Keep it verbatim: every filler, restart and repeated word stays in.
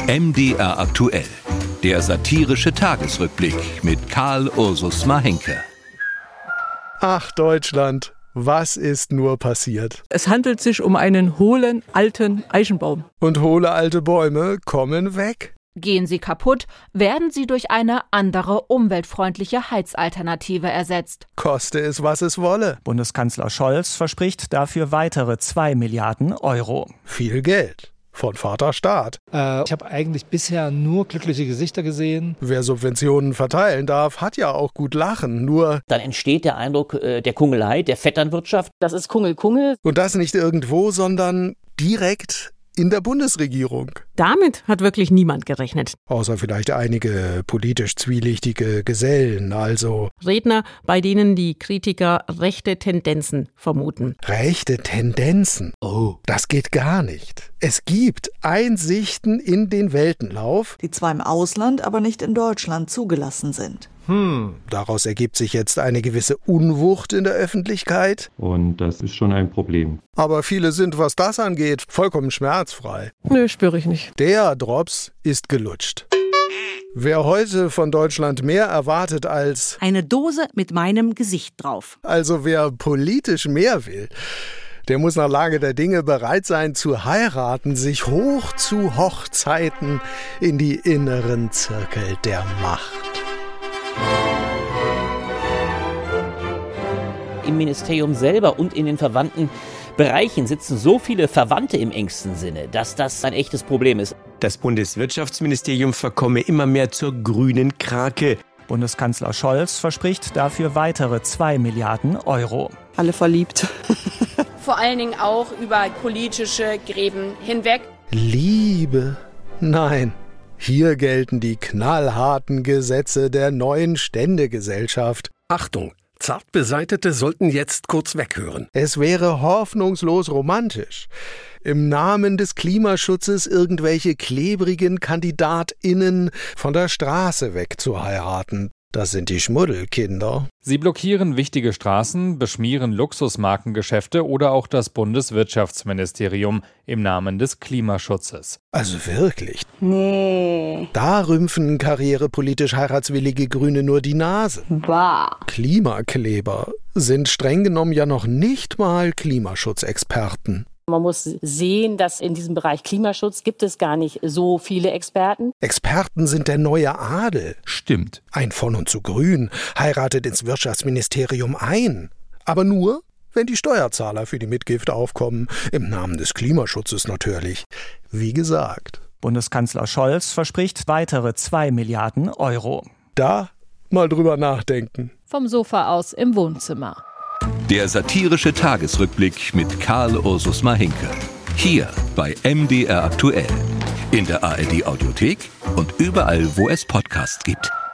M D R aktuell. Der satirische Tagesrückblick mit Karl Ursus Mahenke. Ach Deutschland, was ist nur passiert? Es handelt sich um einen hohlen, alten Eichenbaum. Und hohle alte Bäume kommen weg. Gehen sie kaputt, werden sie durch eine andere, umweltfreundliche Heizalternative ersetzt. Koste es, was es wolle. Bundeskanzler Scholz verspricht dafür weitere zwei Milliarden Euro. Viel Geld. Von Vater Staat. Äh, ich habe eigentlich bisher nur glückliche Gesichter gesehen. Wer Subventionen verteilen darf, hat ja auch gut lachen. Nur dann entsteht der Eindruck äh, der Kungelei, der Vetternwirtschaft. Das ist Kungel-Kungel. Und das nicht irgendwo, sondern direkt in der Bundesregierung. Damit hat wirklich niemand gerechnet. Außer vielleicht einige politisch zwielichtige Gesellen, also Redner, bei denen die Kritiker rechte Tendenzen vermuten. Rechte Tendenzen? Oh, das geht gar nicht. Es gibt Einsichten in den Weltenlauf, die zwar im Ausland, aber nicht in Deutschland zugelassen sind. Hm, daraus ergibt sich jetzt eine gewisse Unwucht in der Öffentlichkeit. Und das ist schon ein Problem. Aber viele sind, was das angeht, vollkommen schmerzfrei. Nö, spüre ich nicht. Der Drops ist gelutscht. Wer heute von Deutschland mehr erwartet als eine Dose mit meinem Gesicht drauf. Also wer politisch mehr will, der muss nach Lage der Dinge bereit sein zu heiraten, sich hoch zu Hochzeiten in die inneren Zirkel der Macht. Im Ministerium selber und in den verwandten Bereichen sitzen so viele Verwandte im engsten Sinne, dass das ein echtes Problem ist. Das Bundeswirtschaftsministerium verkomme immer mehr zur grünen Krake. Bundeskanzler Scholz verspricht dafür weitere zwei Milliarden Euro. Alle verliebt. Vor allen Dingen auch über politische Gräben hinweg. Liebe? Nein. Hier gelten die knallharten Gesetze der neuen Ständegesellschaft. Achtung! Zart Beseitete sollten jetzt kurz weghören. Es wäre hoffnungslos romantisch, im Namen des Klimaschutzes irgendwelche klebrigen KandidatInnen von der Straße wegzuheiraten. Das sind die Schmuddelkinder. Sie blockieren wichtige Straßen, beschmieren Luxusmarkengeschäfte oder auch das Bundeswirtschaftsministerium im Namen des Klimaschutzes. Also wirklich? Nee. Da rümpfen karrierepolitisch heiratswillige Grüne nur die Nase. Bah. Klimakleber sind streng genommen ja noch nicht mal Klimaschutzexperten. Man muss sehen, dass in diesem Bereich Klimaschutz gibt es gar nicht so viele Experten. Experten sind der neue Adel. Stimmt. Ein von und zu Grün heiratet ins Wirtschaftsministerium ein. Aber nur, wenn die Steuerzahler für die Mitgift aufkommen. Im Namen des Klimaschutzes natürlich. Wie gesagt. Bundeskanzler Scholz verspricht weitere zwei Milliarden Euro. Da mal drüber nachdenken. Vom Sofa aus im Wohnzimmer. Der satirische Tagesrückblick mit Karl Ursus Mahenke. Hier bei M D R aktuell. In der A R D Audiothek und überall, wo es Podcasts gibt.